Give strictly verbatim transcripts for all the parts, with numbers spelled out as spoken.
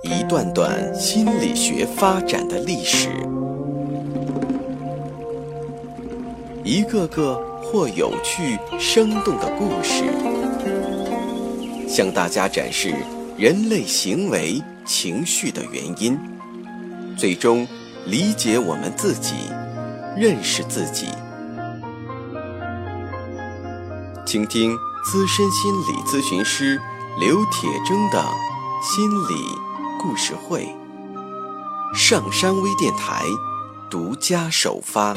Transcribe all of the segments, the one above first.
一段段心理学发展的历史，一个个或有趣生动的故事，向大家展示人类行为情绪的原因，最终理解我们自己，认识自己。请听资深心理咨询师刘铁铮的心理故事会，上山微电台独家首发。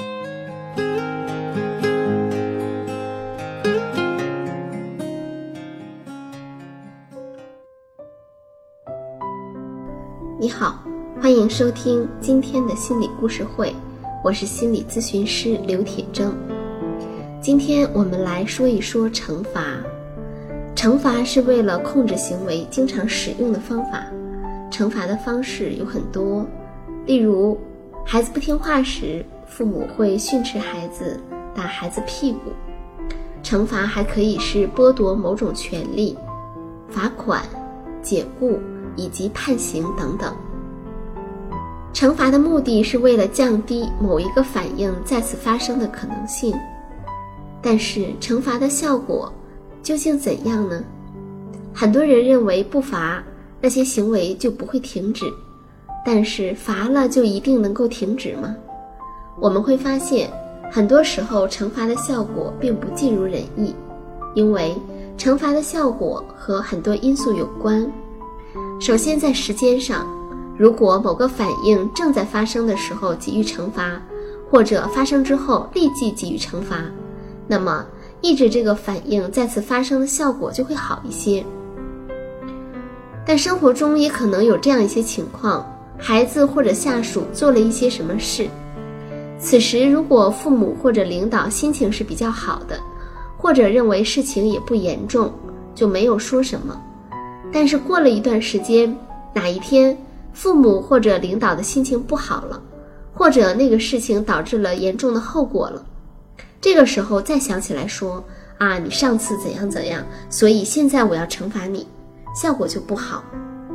你好，欢迎收听今天的心理故事会，我是心理咨询师刘铁铮。今天我们来说一说惩罚。惩罚是为了控制行为经常使用的方法。惩罚的方式有很多，例如孩子不听话时，父母会训斥孩子，打孩子屁股。惩罚还可以是剥夺某种权利、罚款、解雇以及判刑等等。惩罚的目的是为了降低某一个反应再次发生的可能性。但是惩罚的效果究竟怎样呢？很多人认为不罚，那些行为就不会停止。但是罚了就一定能够停止吗？我们会发现，很多时候惩罚的效果并不尽如人意，因为惩罚的效果和很多因素有关。首先在时间上，如果某个反应正在发生的时候给予惩罚，或者发生之后立即给予惩罚，那么抑制这个反应再次发生的效果就会好一些。但生活中也可能有这样一些情况，孩子或者下属做了一些什么事，此时如果父母或者领导心情是比较好的，或者认为事情也不严重，就没有说什么。但是过了一段时间，哪一天父母或者领导的心情不好了，或者那个事情导致了严重的后果了，这个时候再想起来说啊，你上次怎样怎样，所以现在我要惩罚你，效果就不好。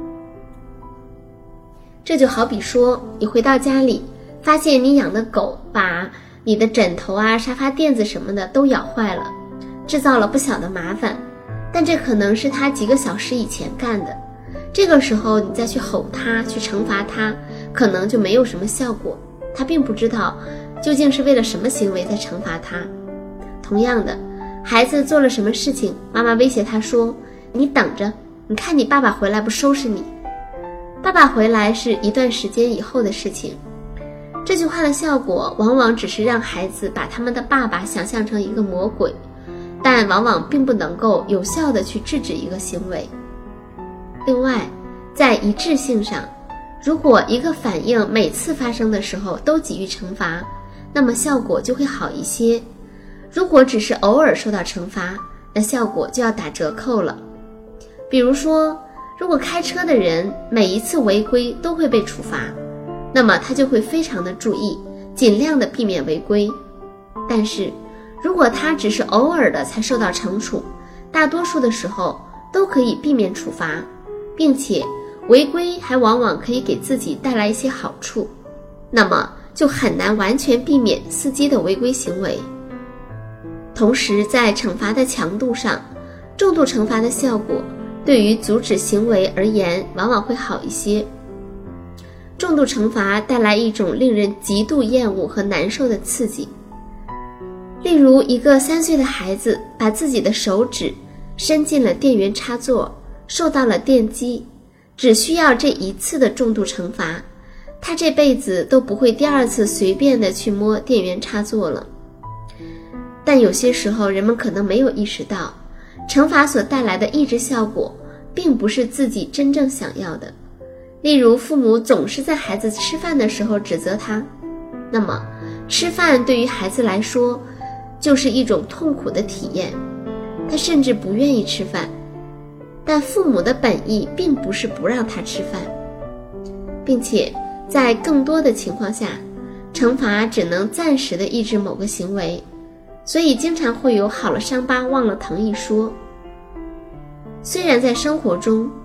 这就好比说，你回到家里，发现你养的狗把你的枕头啊、沙发垫子什么的都咬坏了，制造了不小的麻烦，但这可能是它几个小时以前干的。这个时候你再去吼它，去惩罚它，可能就没有什么效果，它并不知道究竟是为了什么行为在惩罚他。同样的，孩子做了什么事情，妈妈威胁他说，你等着，你看你爸爸回来不收拾你。爸爸回来是一段时间以后的事情。这句话的效果往往只是让孩子把他们的爸爸想象成一个魔鬼，但往往并不能够有效地去制止一个行为。另外，在一致性上，如果一个反应每次发生的时候都给予惩罚，那么效果就会好一些。如果只是偶尔受到惩罚，那效果就要打折扣了。比如说，如果开车的人每一次违规都会被处罚，那么他就会非常的注意，尽量的避免违规。但是如果他只是偶尔的才受到惩处，大多数的时候都可以避免处罚，并且违规还往往可以给自己带来一些好处，那么就很难完全避免司机的违规行为。同时在惩罚的强度上，重度惩罚的效果对于阻止行为而言往往会好一些。重度惩罚带来一种令人极度厌恶和难受的刺激。例如，一个三岁的孩子把自己的手指伸进了电源插座，受到了电击，只需要这一次的重度惩罚，他这辈子都不会第二次随便的去摸电源插座了。但有些时候人们可能没有意识到，惩罚所带来的抑制效果并不是自己真正想要的。例如，父母总是在孩子吃饭的时候指责他，那么吃饭对于孩子来说就是一种痛苦的体验，他甚至不愿意吃饭。但父母的本意并不是不让他吃饭，并且在更多的情况下，惩罚只能暂时的抑制某个行为，所以经常会有好了伤疤忘了疼一说。虽然在生活中，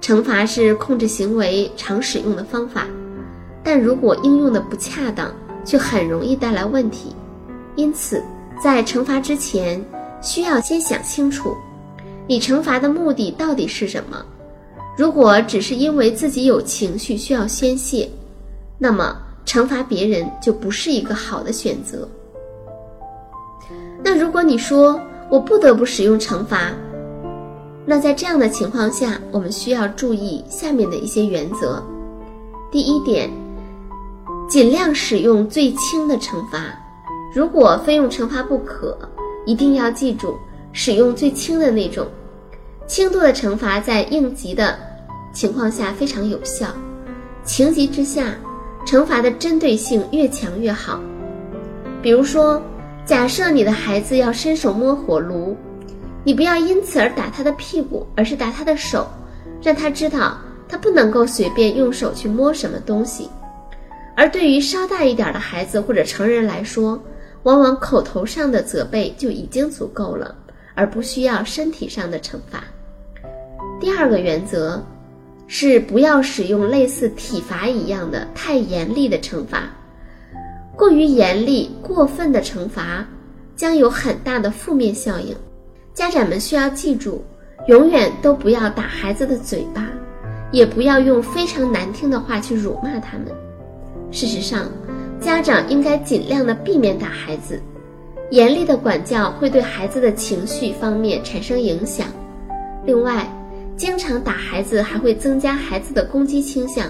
惩罚是控制行为常使用的方法，但如果应用的不恰当，却很容易带来问题。因此，在惩罚之前，需要先想清楚，你惩罚的目的到底是什么？如果只是因为自己有情绪需要宣泄，那么惩罚别人就不是一个好的选择。那如果你说我不得不使用惩罚，那在这样的情况下，我们需要注意下面的一些原则。第一点，尽量使用最轻的惩罚，如果非用惩罚不可，一定要记住使用最轻的那种。轻度的惩罚在应急的情况下非常有效，情急之下，惩罚的针对性越强越好。比如说，假设你的孩子要伸手摸火炉，你不要因此而打他的屁股，而是打他的手，让他知道他不能够随便用手去摸什么东西。而对于稍大一点的孩子或者成人来说，往往口头上的责备就已经足够了，而不需要身体上的惩罚。第二个原则是不要使用类似体罚一样的太严厉的惩罚。过于严厉、过分的惩罚将有很大的负面效应。家长们需要记住，永远都不要打孩子的嘴巴，也不要用非常难听的话去辱骂他们。事实上，家长应该尽量的避免打孩子，严厉的管教会对孩子的情绪方面产生影响。另外，经常打孩子还会增加孩子的攻击倾向。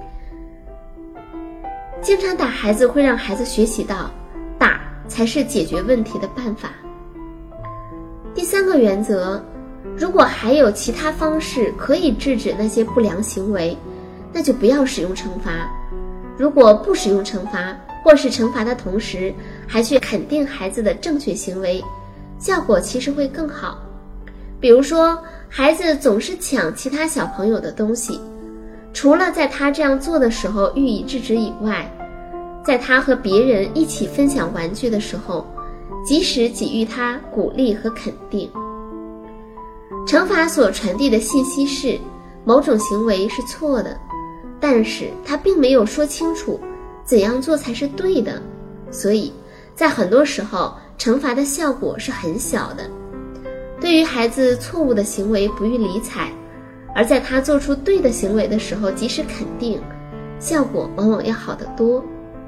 经常打孩子会让孩子学习到，打才是解决问题的办法。第三个原则，如果还有其他方式可以制止那些不良行为，那就不要使用惩罚。如果不使用惩罚，或是惩罚的同时还去肯定孩子的正确行为，效果其实会更好。比如说，孩子总是抢其他小朋友的东西，除了在他这样做的时候予以制止以外，在他和别人一起分享玩具的时候，及时给予他鼓励和肯定。惩罚所传递的信息是，某种行为是错的，但是他并没有说清楚怎样做才是对的，所以在很多时候惩罚的效果是很小的。对于孩子错误的行为不予理睬，而在他做出对的行为的时候及时肯定，效果往往要好得多。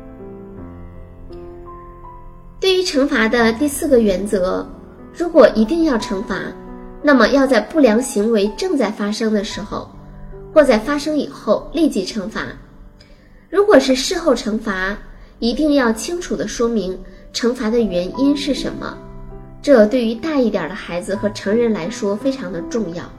对于惩罚的第四个原则，如果一定要惩罚，那么要在不良行为正在发生的时候，或在发生以后立即惩罚。如果是事后惩罚，一定要清楚地说明惩罚的原因是什么，这对于大一点的孩子和成人来说非常的重要。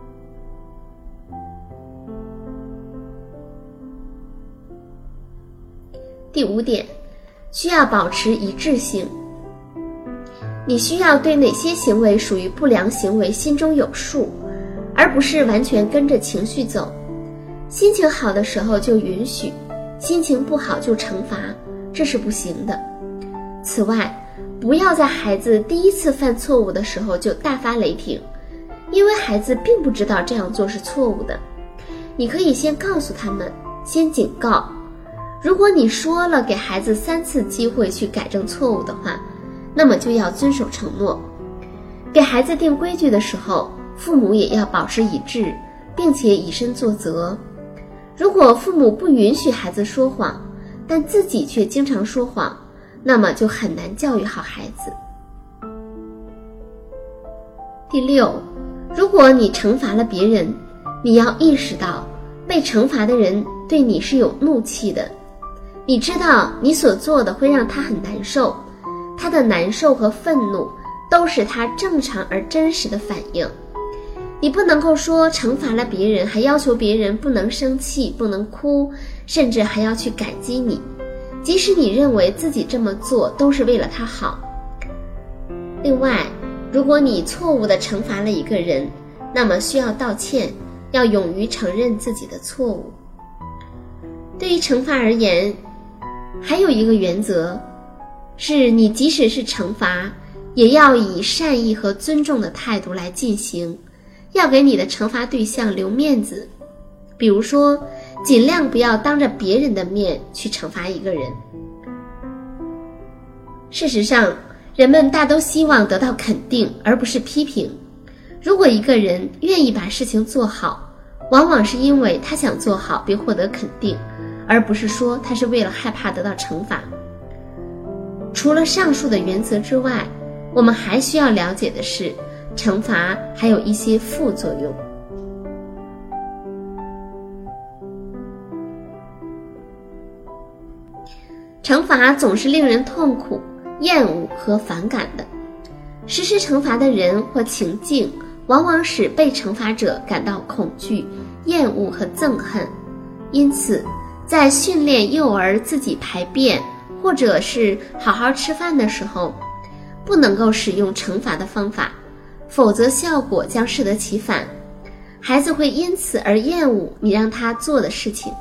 第五点，需要保持一致性。你需要对哪些行为属于不良行为心中有数，而不是完全跟着情绪走。心情好的时候就允许，心情不好就惩罚，这是不行的。此外，不要在孩子第一次犯错误的时候就大发雷霆，因为孩子并不知道这样做是错误的。你可以先告诉他们，先警告。如果你说了给孩子三次机会去改正错误的话，那么就要遵守承诺。给孩子定规矩的时候，父母也要保持一致，并且以身作则。如果父母不允许孩子说谎，但自己却经常说谎，那么就很难教育好孩子。第六，如果你惩罚了别人，你要意识到被惩罚的人对你是有怒气的，你知道你所做的会让他很难受，他的难受和愤怒都是他正常而真实的反应。你不能够说惩罚了别人还要求别人不能生气不能哭，甚至还要去感激你，即使你认为自己这么做都是为了他好。另外，如果你错误地惩罚了一个人，那么需要道歉，要勇于承认自己的错误。对于惩罚而言，还有一个原则是，你即使是惩罚，也要以善意和尊重的态度来进行， 要给你的惩罚对象留面子，比如说，尽量不要当着别人的面去惩罚一个人。事实上，人们大都希望得到肯定，而不是批评。如果一个人愿意把事情做好，往往是因为他想做好并获得肯定，而不是说他是为了害怕得到惩罚。除了上述的原则之外，我们还需要了解的是，惩罚还有一些副作用。惩罚总是令人痛苦、厌恶和反感的。实施惩罚的人或情境往往使被惩罚者感到恐惧、厌恶和憎恨。因此，在训练幼儿自己排便或者是好好吃饭的时候，不能够使用惩罚的方法，否则效果将适得其反，孩子会因此而厌恶你让他做的事情。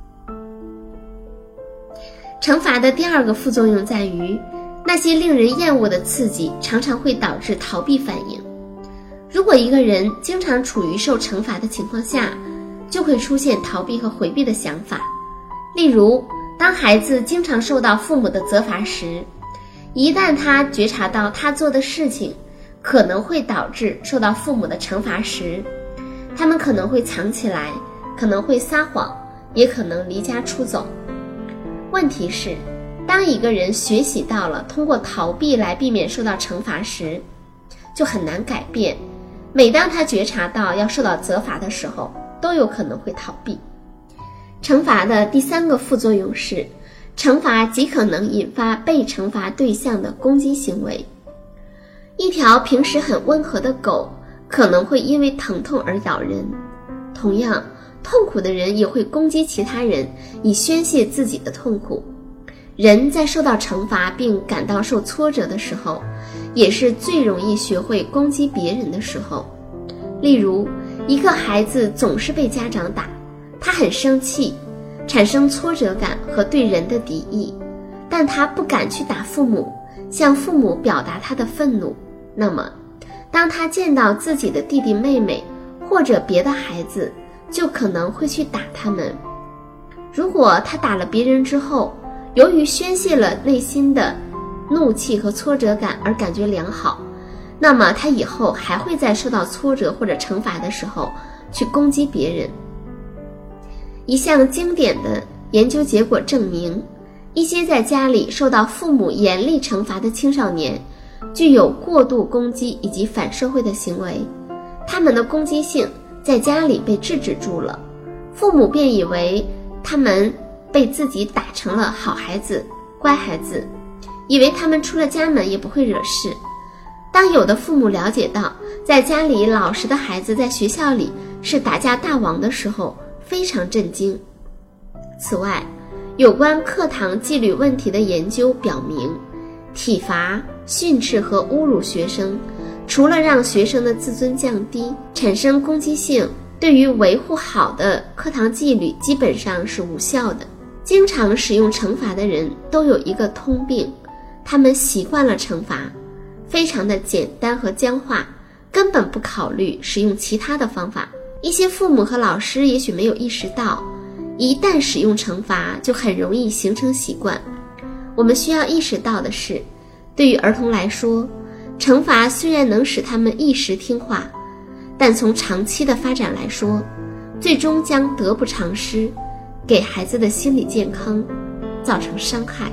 惩罚的第二个副作用在于，那些令人厌恶的刺激常常会导致逃避反应。如果一个人经常处于受惩罚的情况下，就会出现逃避和回避的想法。例如，当孩子经常受到父母的责罚时，一旦他觉察到他做的事情可能会导致受到父母的惩罚时，他们可能会藏起来，可能会撒谎，也可能离家出走。问题是，当一个人学习到了通过逃避来避免受到惩罚时，就很难改变。每当他觉察到要受到责罚的时候，都有可能会逃避。惩罚的第三个副作用是，惩罚极可能引发被惩罚对象的攻击行为。一条平时很温和的狗可能会因为疼痛而咬人，同样，痛苦的人也会攻击其他人，以宣泄自己的痛苦。人在受到惩罚并感到受挫折的时候，也是最容易学会攻击别人的时候。例如，一个孩子总是被家长打，他很生气，产生挫折感和对人的敌意，但他不敢去打父母，向父母表达他的愤怒。那么，当他见到自己的弟弟妹妹或者别的孩子，就可能会去打他们。如果他打了别人之后，由于宣泄了内心的怒气和挫折感而感觉良好，那么他以后还会在受到挫折或者惩罚的时候去攻击别人。一项经典的研究结果证明，一些在家里受到父母严厉惩罚的青少年具有过度攻击以及反社会的行为，他们的攻击性在家里被制止住了，父母便以为他们被自己打成了好孩子、乖孩子，以为他们出了家门也不会惹事。当有的父母了解到在家里老实的孩子在学校里是打架大王的时候，非常震惊。此外，有关课堂纪律问题的研究表明，体罚、训斥和侮辱学生，除了让学生的自尊降低，产生攻击性，对于维护好的课堂纪律基本上是无效的。经常使用惩罚的人都有一个通病，他们习惯了惩罚，非常的简单和僵化，根本不考虑使用其他的方法。一些父母和老师也许没有意识到，一旦使用惩罚就很容易形成习惯。我们需要意识到的是，对于儿童来说，惩罚虽然能使他们一时听话，但从长期的发展来说，最终将得不偿失，给孩子的心理健康造成伤害。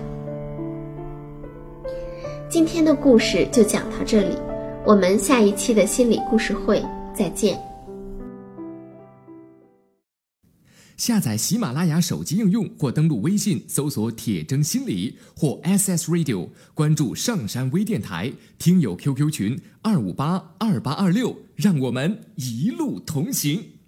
今天的故事就讲到这里，我们下一期的心理故事会再见。 下载喜马拉雅手机应用或登录微信搜索铁铮心理或 S S Radio， 关注上山微电台，听友 Q Q 群二五八二八二六，让我们一路同行。